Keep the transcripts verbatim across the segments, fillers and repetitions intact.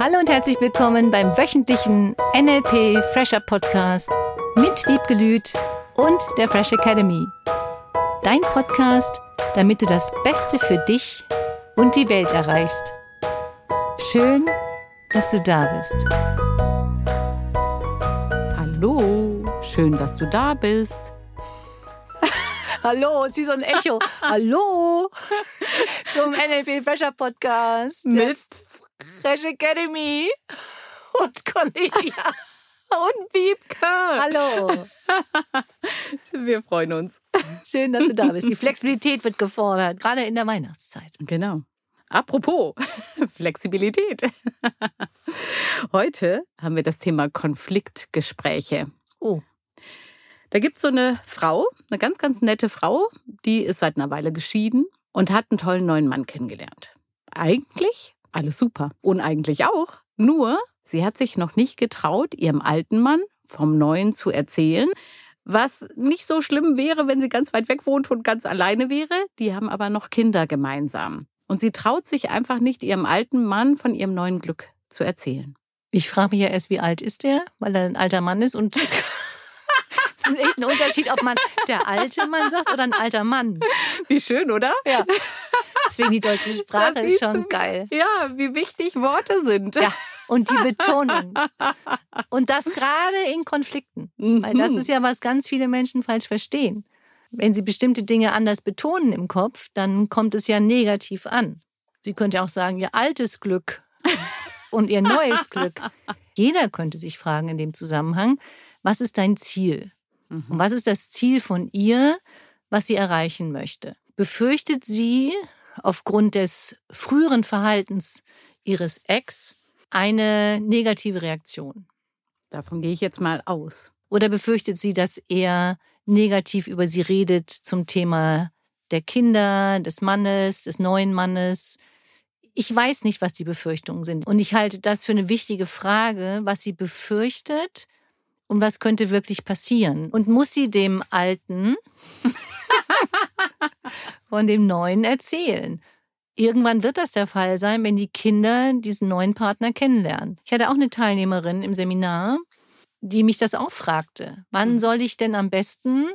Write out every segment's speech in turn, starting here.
Hallo und herzlich willkommen beim wöchentlichen N L P Fresher Podcast mit Wiebke Lüth und der Fresh Academy. Dein Podcast, damit du das Beste für dich und die Welt erreichst. Schön, dass du da bist. Hallo, schön, dass du da bist. Hallo, ist wie so ein Echo. Hallo zum N L P Fresher Podcast Mit Fresh Academy und Cornelia und Wiebke. Hallo. Wir freuen uns. Schön, dass du da bist. Die Flexibilität wird gefordert, gerade in der Weihnachtszeit. Genau. Apropos Flexibilität. Heute haben wir das Thema Konfliktgespräche. Oh. Da gibt es so eine Frau, eine ganz, ganz nette Frau, die ist seit einer Weile geschieden und hat einen tollen neuen Mann kennengelernt. Eigentlich alles super. Und eigentlich auch. Nur, sie hat sich noch nicht getraut, ihrem alten Mann vom Neuen zu erzählen, was nicht so schlimm wäre, wenn sie ganz weit weg wohnt und ganz alleine wäre. Die haben aber noch Kinder gemeinsam. Und sie traut sich einfach nicht, ihrem alten Mann von ihrem neuen Glück zu erzählen. Ich frage mich ja erst, wie alt ist der? Weil er ein alter Mann ist und... Das ist echt ein Unterschied, ob man der alte Mann sagt oder ein alter Mann. Wie schön, oder? Ja. Deswegen die deutsche Sprache ist schon du, geil. Ja, wie wichtig Worte sind. Ja, und die Betonung. Und das gerade in Konflikten. Mhm. Weil das ist ja, was ganz viele Menschen falsch verstehen. Wenn sie bestimmte Dinge anders betonen im Kopf, dann kommt es ja negativ an. Sie könnte auch sagen, ihr altes Glück und ihr neues Glück. Jeder könnte sich fragen in dem Zusammenhang, was ist dein Ziel? Und was ist das Ziel von ihr, was sie erreichen möchte? Befürchtet sie aufgrund des früheren Verhaltens ihres Ex eine negative Reaktion? Davon gehe ich jetzt mal aus. Oder befürchtet sie, dass er negativ über sie redet zum Thema der Kinder, des Mannes, des neuen Mannes? Ich weiß nicht, was die Befürchtungen sind. Und ich halte das für eine wichtige Frage, was sie befürchtet. Und was könnte wirklich passieren? Und muss sie dem Alten von dem Neuen erzählen? Irgendwann wird das der Fall sein, wenn die Kinder diesen neuen Partner kennenlernen. Ich hatte auch eine Teilnehmerin im Seminar, die mich das auch fragte. Wann soll ich denn am besten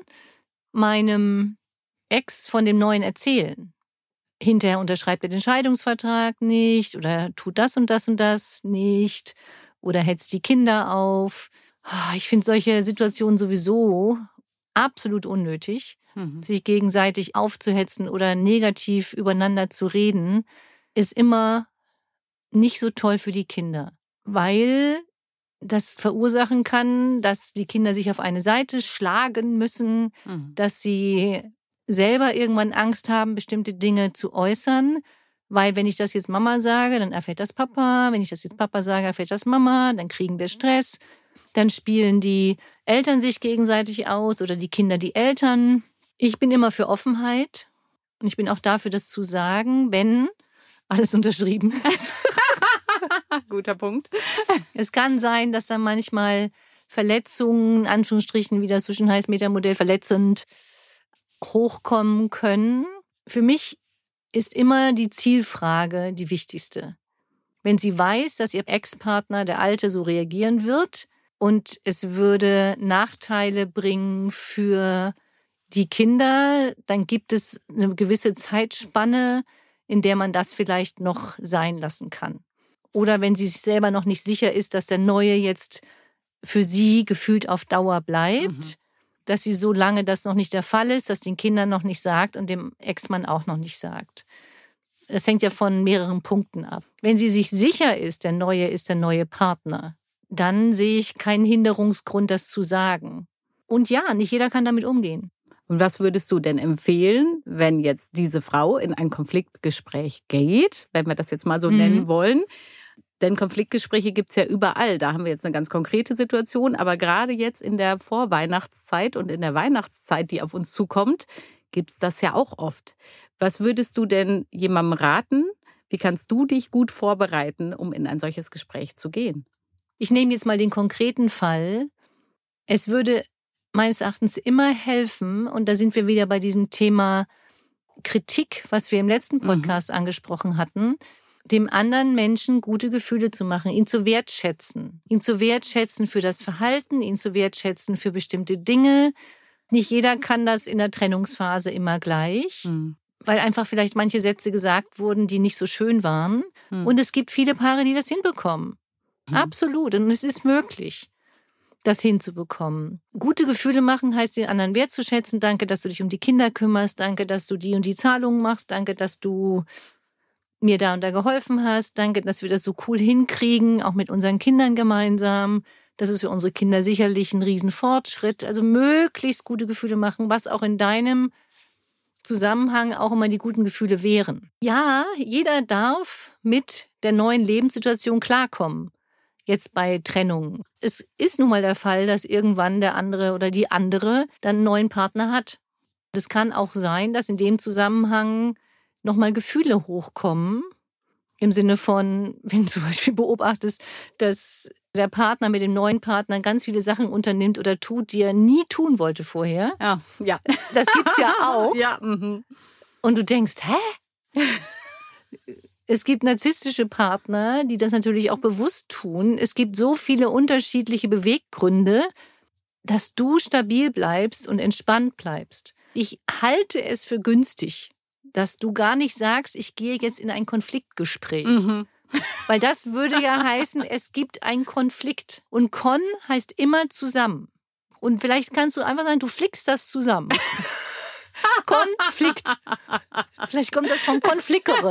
meinem Ex von dem Neuen erzählen? Hinterher unterschreibt er den Scheidungsvertrag nicht oder tut das und das und das nicht oder hetzt die Kinder auf. Ich finde solche Situationen sowieso absolut unnötig, mhm. sich gegenseitig aufzuhetzen oder negativ übereinander zu reden, ist immer nicht so toll für die Kinder, weil das verursachen kann, dass die Kinder sich auf eine Seite schlagen müssen, mhm. dass sie selber irgendwann Angst haben, bestimmte Dinge zu äußern, weil wenn ich das jetzt Mama sage, dann erfährt das Papa, wenn ich das jetzt Papa sage, erfährt das Mama, dann kriegen wir Stress. Dann spielen die Eltern sich gegenseitig aus oder die Kinder die Eltern. Ich bin immer für Offenheit und ich bin auch dafür, das zu sagen, wenn alles unterschrieben ist. Guter Punkt. Es kann sein, dass da manchmal Verletzungen, in Anführungsstrichen, wie das so schön heißt, Metamodell verletzend, hochkommen können. Für mich ist immer die Zielfrage die wichtigste. Wenn sie weiß, dass ihr Ex-Partner, der Alte, so reagieren wird, und es würde Nachteile bringen für die Kinder, dann gibt es eine gewisse Zeitspanne, in der man das vielleicht noch sein lassen kann. Oder wenn sie sich selber noch nicht sicher ist, dass der Neue jetzt für sie gefühlt auf Dauer bleibt, mhm. dass sie so lange das noch nicht der Fall ist, dass den Kindern noch nicht sagt und dem Ex-Mann auch noch nicht sagt. Das hängt ja von mehreren Punkten ab. Wenn sie sich sicher ist, der Neue ist der neue Partner, dann sehe ich keinen Hinderungsgrund, das zu sagen. Und ja, nicht jeder kann damit umgehen. Und was würdest du denn empfehlen, wenn jetzt diese Frau in ein Konfliktgespräch geht, wenn wir das jetzt mal so mhm. nennen wollen? Denn Konfliktgespräche gibt es ja überall. Da haben wir jetzt eine ganz konkrete Situation. Aber gerade jetzt in der Vorweihnachtszeit und in der Weihnachtszeit, die auf uns zukommt, gibt es das ja auch oft. Was würdest du denn jemandem raten? Wie kannst du dich gut vorbereiten, um in ein solches Gespräch zu gehen? Ich nehme jetzt mal den konkreten Fall. Es würde meines Erachtens immer helfen, und da sind wir wieder bei diesem Thema Kritik, was wir im letzten Podcast mhm. angesprochen hatten, dem anderen Menschen gute Gefühle zu machen, ihn zu wertschätzen. Ihn zu wertschätzen für das Verhalten, ihn zu wertschätzen für bestimmte Dinge. Nicht jeder kann das in der Trennungsphase immer gleich, mhm. weil einfach vielleicht manche Sätze gesagt wurden, die nicht so schön waren. Mhm. Und es gibt viele Paare, die das hinbekommen. Mhm. Absolut. Und es ist möglich, das hinzubekommen. Gute Gefühle machen heißt, den anderen wertzuschätzen. Danke, dass du dich um die Kinder kümmerst. Danke, dass du die und die Zahlungen machst. Danke, dass du mir da und da geholfen hast. Danke, dass wir das so cool hinkriegen, auch mit unseren Kindern gemeinsam. Das ist für unsere Kinder sicherlich ein Riesenfortschritt. Also möglichst gute Gefühle machen, was auch in deinem Zusammenhang auch immer die guten Gefühle wären. Ja, jeder darf mit der neuen Lebenssituation klarkommen. Jetzt bei Trennung. Es ist nun mal der Fall, dass irgendwann der andere oder die andere dann einen neuen Partner hat. Es kann auch sein, dass in dem Zusammenhang nochmal Gefühle hochkommen, im Sinne von, wenn du zum Beispiel beobachtest, dass der Partner mit dem neuen Partner ganz viele Sachen unternimmt oder tut, die er nie tun wollte vorher. Ja, ja. Das gibt's ja auch. Ja, mhm. Und du denkst, hä? Es gibt narzisstische Partner, die das natürlich auch bewusst tun. Es gibt so viele unterschiedliche Beweggründe, dass du stabil bleibst und entspannt bleibst. Ich halte es für günstig, dass du gar nicht sagst, ich gehe jetzt in ein Konfliktgespräch. Mhm. Weil das würde ja heißen, es gibt einen Konflikt. Und Kon heißt immer zusammen. Und vielleicht kannst du einfach sagen, du flickst das zusammen. Konflikt. Vielleicht kommt das vom Konflickere.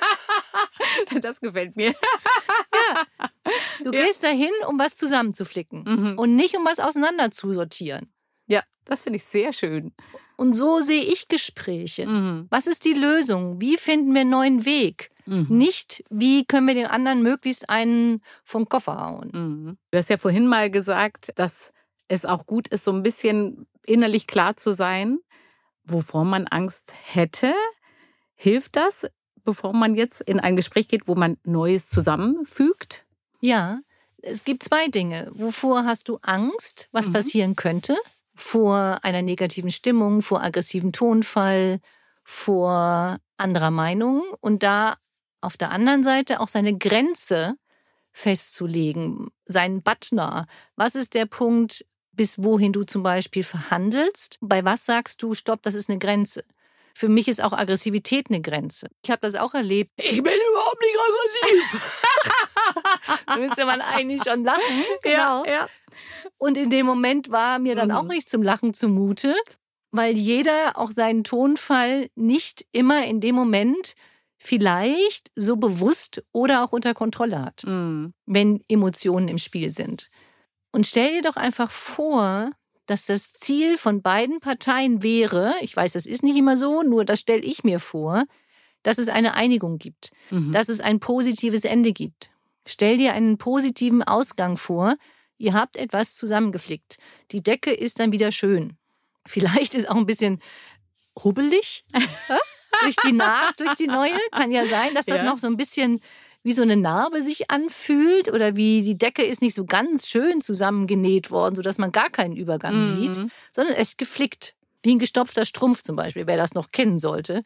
Das gefällt mir. Ja. Du ja. gehst dahin, um was zusammenzuflicken. Mhm. Und nicht, um was auseinander zu sortieren. Ja, das finde ich sehr schön. Und so sehe ich Gespräche. Mhm. Was ist die Lösung? Wie finden wir einen neuen Weg? Mhm. Nicht, wie können wir dem anderen möglichst einen vom Koffer hauen. Mhm. Du hast ja vorhin mal gesagt, dass es auch gut ist, so ein bisschen innerlich klar zu sein, wovor man Angst hätte. Hilft das, bevor man jetzt in ein Gespräch geht, wo man Neues zusammenfügt? Ja, es gibt zwei Dinge. Wovor hast du Angst, was mhm. passieren könnte? Vor einer negativen Stimmung, vor aggressiven Tonfall, vor anderer Meinung. Und da auf der anderen Seite auch seine Grenze festzulegen, seinen Butner. Was ist der Punkt, bis wohin du zum Beispiel verhandelst? Bei was sagst du, stopp, das ist eine Grenze? Für mich ist auch Aggressivität eine Grenze. Ich habe das auch erlebt. Ich bin überhaupt nicht aggressiv. Da müsste man eigentlich schon lachen. Genau. Ja, ja. Und in dem Moment war mir dann mhm. auch nicht zum Lachen zumute, weil jeder auch seinen Tonfall nicht immer in dem Moment vielleicht so bewusst oder auch unter Kontrolle hat, mhm. wenn Emotionen im Spiel sind. Und stell dir doch einfach vor, dass das Ziel von beiden Parteien wäre, ich weiß, das ist nicht immer so, nur das stelle ich mir vor, dass es eine Einigung gibt, mhm. dass es ein positives Ende gibt. Stell dir einen positiven Ausgang vor. Ihr habt etwas zusammengeflickt. Die Decke ist dann wieder schön. Vielleicht ist auch ein bisschen hubbelig durch die Naht, durch die neue. Kann ja sein, dass das ja. noch so ein bisschen wie so eine Narbe sich anfühlt oder wie die Decke ist nicht so ganz schön zusammengenäht worden, sodass man gar keinen Übergang mhm. sieht, sondern echt geflickt. Wie ein gestopfter Strumpf zum Beispiel, wer das noch kennen sollte.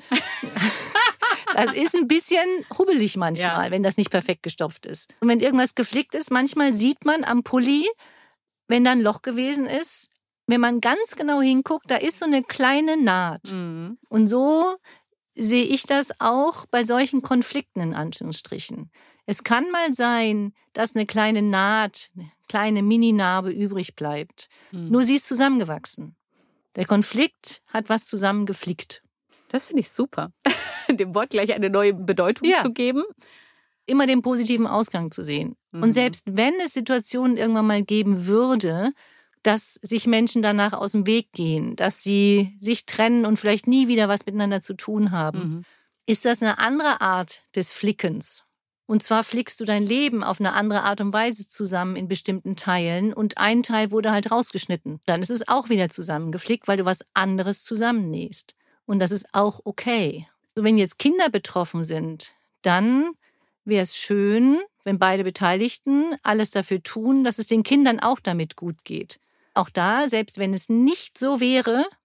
Das ist ein bisschen hubbelig manchmal, ja. wenn das nicht perfekt gestopft ist. Und wenn irgendwas geflickt ist, manchmal sieht man am Pulli, wenn da ein Loch gewesen ist, wenn man ganz genau hinguckt, da ist so eine kleine Naht. Mhm. Und so sehe ich das auch bei solchen Konflikten in Anführungsstrichen. Es kann mal sein, dass eine kleine Naht, eine kleine Mini-Narbe übrig bleibt. Mhm. Nur sie ist zusammengewachsen. Der Konflikt hat was zusammengeflickt. Das finde ich super. Dem Wort gleich eine neue Bedeutung ja. zu geben. Immer den positiven Ausgang zu sehen. Mhm. Und selbst wenn es Situationen irgendwann mal geben würde, dass sich Menschen danach aus dem Weg gehen, dass sie sich trennen und vielleicht nie wieder was miteinander zu tun haben, mhm. ist das eine andere Art des Flickens. Und zwar flickst du dein Leben auf eine andere Art und Weise zusammen in bestimmten Teilen und ein Teil wurde halt rausgeschnitten. Dann ist es auch wieder zusammengeflickt, weil du was anderes zusammennähst. Und das ist auch okay. So, wenn jetzt Kinder betroffen sind, dann wäre es schön, wenn beide Beteiligten alles dafür tun, dass es den Kindern auch damit gut geht. Auch da, selbst wenn es nicht so wäre,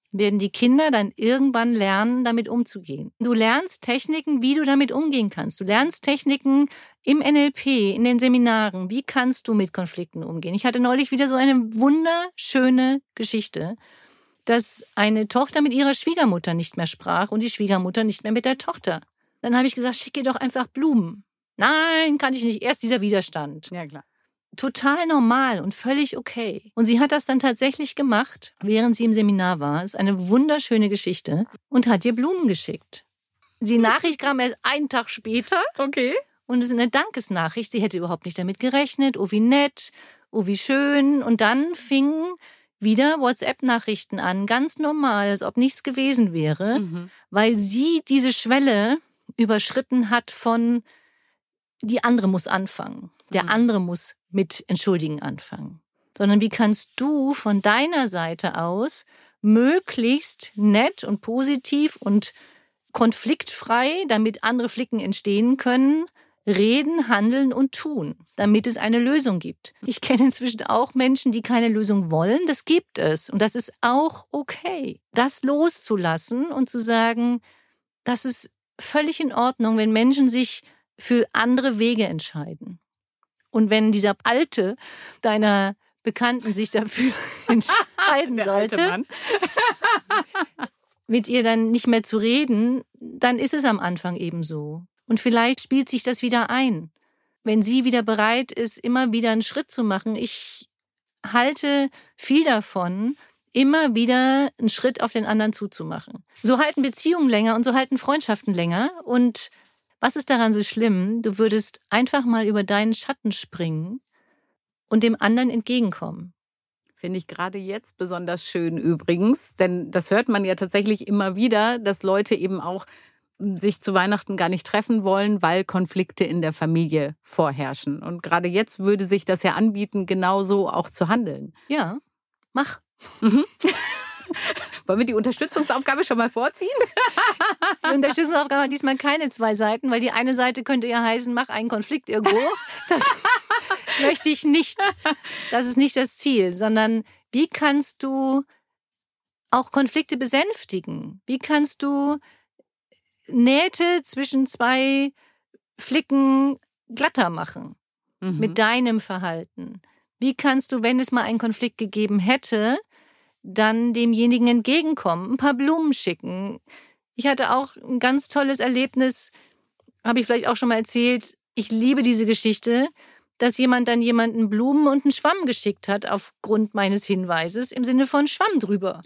werden die Kinder dann irgendwann lernen, damit umzugehen. Du lernst Techniken, wie du damit umgehen kannst. Du lernst Techniken im N L P, in den Seminaren. Wie kannst du mit Konflikten umgehen? Ich hatte neulich wieder so eine wunderschöne Geschichte, dass eine Tochter mit ihrer Schwiegermutter nicht mehr sprach und die Schwiegermutter nicht mehr mit der Tochter. Dann habe ich gesagt, schick ihr doch einfach Blumen. Nein, kann ich nicht. Erst dieser Widerstand. Ja, klar. Total normal und völlig okay. Und sie hat das dann tatsächlich gemacht, während sie im Seminar war. Das ist eine wunderschöne Geschichte. Und hat ihr Blumen geschickt. Die Nachricht kam erst einen Tag später. Okay. Und es ist eine Dankesnachricht. Sie hätte überhaupt nicht damit gerechnet. Oh, wie nett. Oh, wie schön. Und dann fingen wieder WhatsApp-Nachrichten an. Ganz normal, als ob nichts gewesen wäre. Mhm. Weil sie diese Schwelle überschritten hat von, die andere muss anfangen. Der mhm. andere muss mit Entschuldigen anfangen. Sondern wie kannst du von deiner Seite aus möglichst nett und positiv und konfliktfrei, damit andere Flicken entstehen können, reden, handeln und tun, damit es eine Lösung gibt. Ich kenne inzwischen auch Menschen, die keine Lösung wollen. Das gibt es. Und das ist auch okay. Das loszulassen und zu sagen, das ist völlig in Ordnung, wenn Menschen sich für andere Wege entscheiden. Und wenn dieser Alte deiner Bekannten sich dafür entscheiden sollte, mit ihr dann nicht mehr zu reden, dann ist es am Anfang eben so. Und vielleicht spielt sich das wieder ein. Wenn sie wieder bereit ist, immer wieder einen Schritt zu machen. Ich halte viel davon, immer wieder einen Schritt auf den anderen zuzumachen. So halten Beziehungen länger und so halten Freundschaften länger. Und was ist daran so schlimm? Du würdest einfach mal über deinen Schatten springen und dem anderen entgegenkommen. Finde ich gerade jetzt besonders schön übrigens, denn das hört man ja tatsächlich immer wieder, dass Leute eben auch sich zu Weihnachten gar nicht treffen wollen, weil Konflikte in der Familie vorherrschen. Und gerade jetzt würde sich das ja anbieten, genauso auch zu handeln. Ja, mach. Mhm. Wollen wir die Unterstützungsaufgabe schon mal vorziehen? Die Unterstützungsaufgabe hat diesmal keine zwei Seiten, weil die eine Seite könnte ja heißen, mach einen Konflikt irgendwo. Das möchte ich nicht. Das ist nicht das Ziel, sondern wie kannst du auch Konflikte besänftigen? Wie kannst du Nähte zwischen zwei Flicken glatter machen mhm. mit deinem Verhalten? Wie kannst du, wenn es mal einen Konflikt gegeben hätte, dann demjenigen entgegenkommen, ein paar Blumen schicken? Ich hatte auch ein ganz tolles Erlebnis, habe ich vielleicht auch schon mal erzählt. Ich liebe diese Geschichte, dass jemand dann jemanden Blumen und einen Schwamm geschickt hat aufgrund meines Hinweises im Sinne von Schwamm drüber.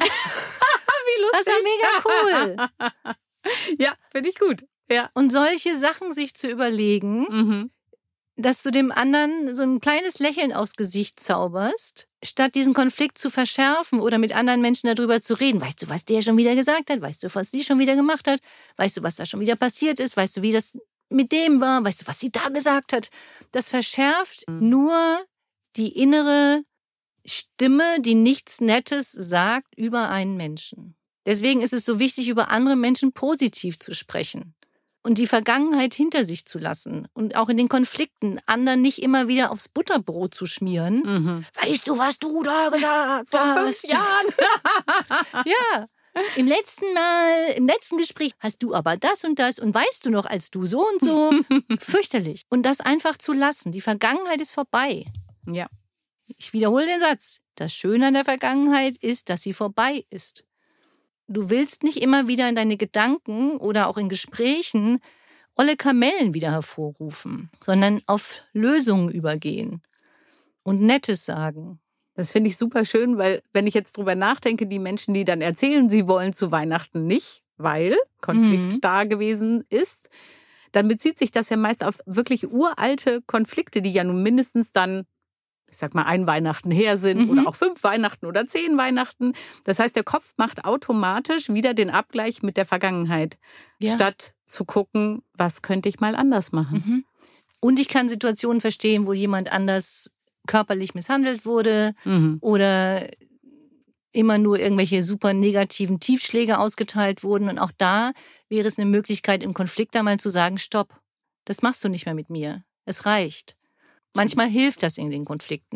Wie lustig. Das war mega cool. Ja, finde ich gut. Ja. Und solche Sachen sich zu überlegen, mhm. dass du dem anderen so ein kleines Lächeln aufs Gesicht zauberst, statt diesen Konflikt zu verschärfen oder mit anderen Menschen darüber zu reden. Weißt du, was der schon wieder gesagt hat? Weißt du, was die schon wieder gemacht hat? Weißt du, was da schon wieder passiert ist? Weißt du, wie das mit dem war? Weißt du, was sie da gesagt hat? Das verschärft mhm. nur die innere Stimme, die nichts Nettes sagt über einen Menschen. Deswegen ist es so wichtig, über andere Menschen positiv zu sprechen und die Vergangenheit hinter sich zu lassen und auch in den Konflikten anderen nicht immer wieder aufs Butterbrot zu schmieren. Mhm. Weißt du, was du da gesagt Vor hast? fünf Jahren. Ja, im letzten Mal, im letzten Gespräch hast du aber das und das und weißt du noch, als du so und so. Fürchterlich. Und das einfach zu lassen. Die Vergangenheit ist vorbei. Ja. Ich wiederhole den Satz. Das Schöne an der Vergangenheit ist, dass sie vorbei ist. Du willst nicht immer wieder in deine Gedanken oder auch in Gesprächen olle Kamellen wieder hervorrufen, sondern auf Lösungen übergehen und Nettes sagen. Das finde ich super schön, weil wenn ich jetzt drüber nachdenke, die Menschen, die dann erzählen, sie wollen zu Weihnachten nicht, weil Konflikt mhm. da gewesen ist, dann bezieht sich das ja meist auf wirklich uralte Konflikte, die ja nun mindestens dann, ich sag mal, ein Weihnachten her sind mhm. oder auch fünf Weihnachten oder zehn Weihnachten. Das heißt, der Kopf macht automatisch wieder den Abgleich mit der Vergangenheit, ja. statt zu gucken, was könnte ich mal anders machen. Mhm. Und ich kann Situationen verstehen, wo jemand anders körperlich misshandelt wurde mhm. oder immer nur irgendwelche super negativen Tiefschläge ausgeteilt wurden. Und auch da wäre es eine Möglichkeit, im Konflikt einmal zu sagen, stopp, das machst du nicht mehr mit mir. Es reicht. Manchmal hilft das in den Konflikten.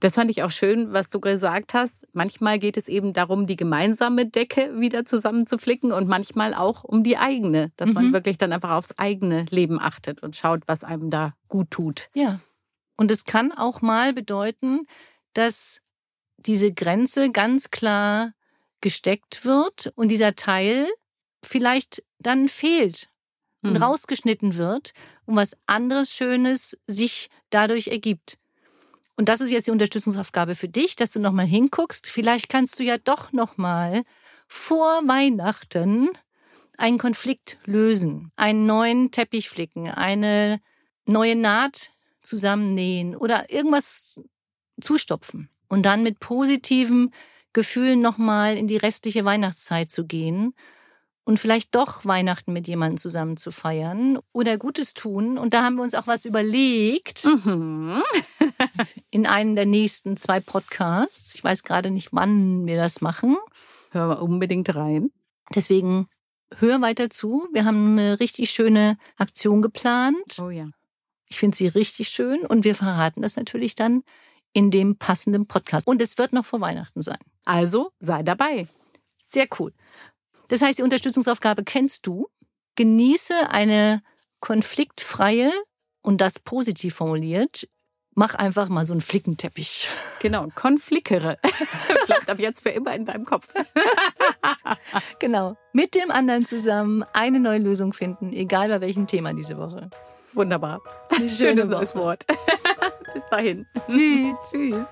Das fand ich auch schön, was du gesagt hast. Manchmal geht es eben darum, die gemeinsame Decke wieder zusammenzuflicken und manchmal auch um die eigene. Dass mhm. man wirklich dann einfach aufs eigene Leben achtet und schaut, was einem da gut tut. Ja. Und es kann auch mal bedeuten, dass diese Grenze ganz klar gesteckt wird und dieser Teil vielleicht dann fehlt und mhm. rausgeschnitten wird und was anderes Schönes sich dadurch ergibt. Und das ist jetzt die Unterstützungsaufgabe für dich, dass du nochmal hinguckst. Vielleicht kannst du ja doch nochmal vor Weihnachten einen Konflikt lösen, einen neuen Teppich flicken, eine neue Naht zusammennähen oder irgendwas zustopfen. Und dann mit positiven Gefühlen nochmal in die restliche Weihnachtszeit zu gehen und vielleicht doch Weihnachten mit jemandem zusammen zu feiern oder Gutes tun. Und da haben wir uns auch was überlegt mhm. in einem der nächsten zwei Podcasts. Ich weiß gerade nicht, wann wir das machen. Hören wir unbedingt rein. Deswegen hör weiter zu. Wir haben eine richtig schöne Aktion geplant. Oh ja. Ich finde sie richtig schön und wir verraten das natürlich dann in dem passenden Podcast. Und es wird noch vor Weihnachten sein. Also sei dabei. Sehr cool. Das heißt, die Unterstützungsaufgabe kennst du. Genieße eine konfliktfreie und das positiv formuliert. Mach einfach mal so einen Flickenteppich. Genau, konflickere. Bleibt ab jetzt für immer in deinem Kopf. Genau. Mit dem anderen zusammen eine neue Lösung finden, egal bei welchem Thema diese Woche. Wunderbar. Eine schöne Schönes neues Wort. Bis dahin. Tschüss. Tschüss.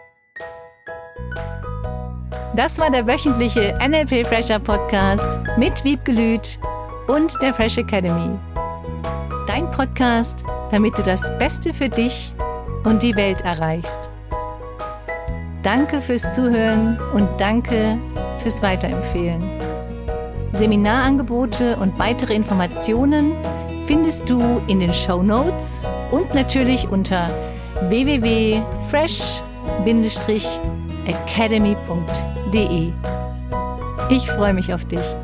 Das war der wöchentliche N L P Fresher Podcast mit Wiebke Lüth und der Fresh Academy. Dein Podcast, damit du das Beste für dich und die Welt erreichst. Danke fürs Zuhören und danke fürs Weiterempfehlen. Seminarangebote und weitere Informationen findest du in den Shownotes und natürlich unter w w w punkt fresh academy punkt d e. Ich freue mich auf dich.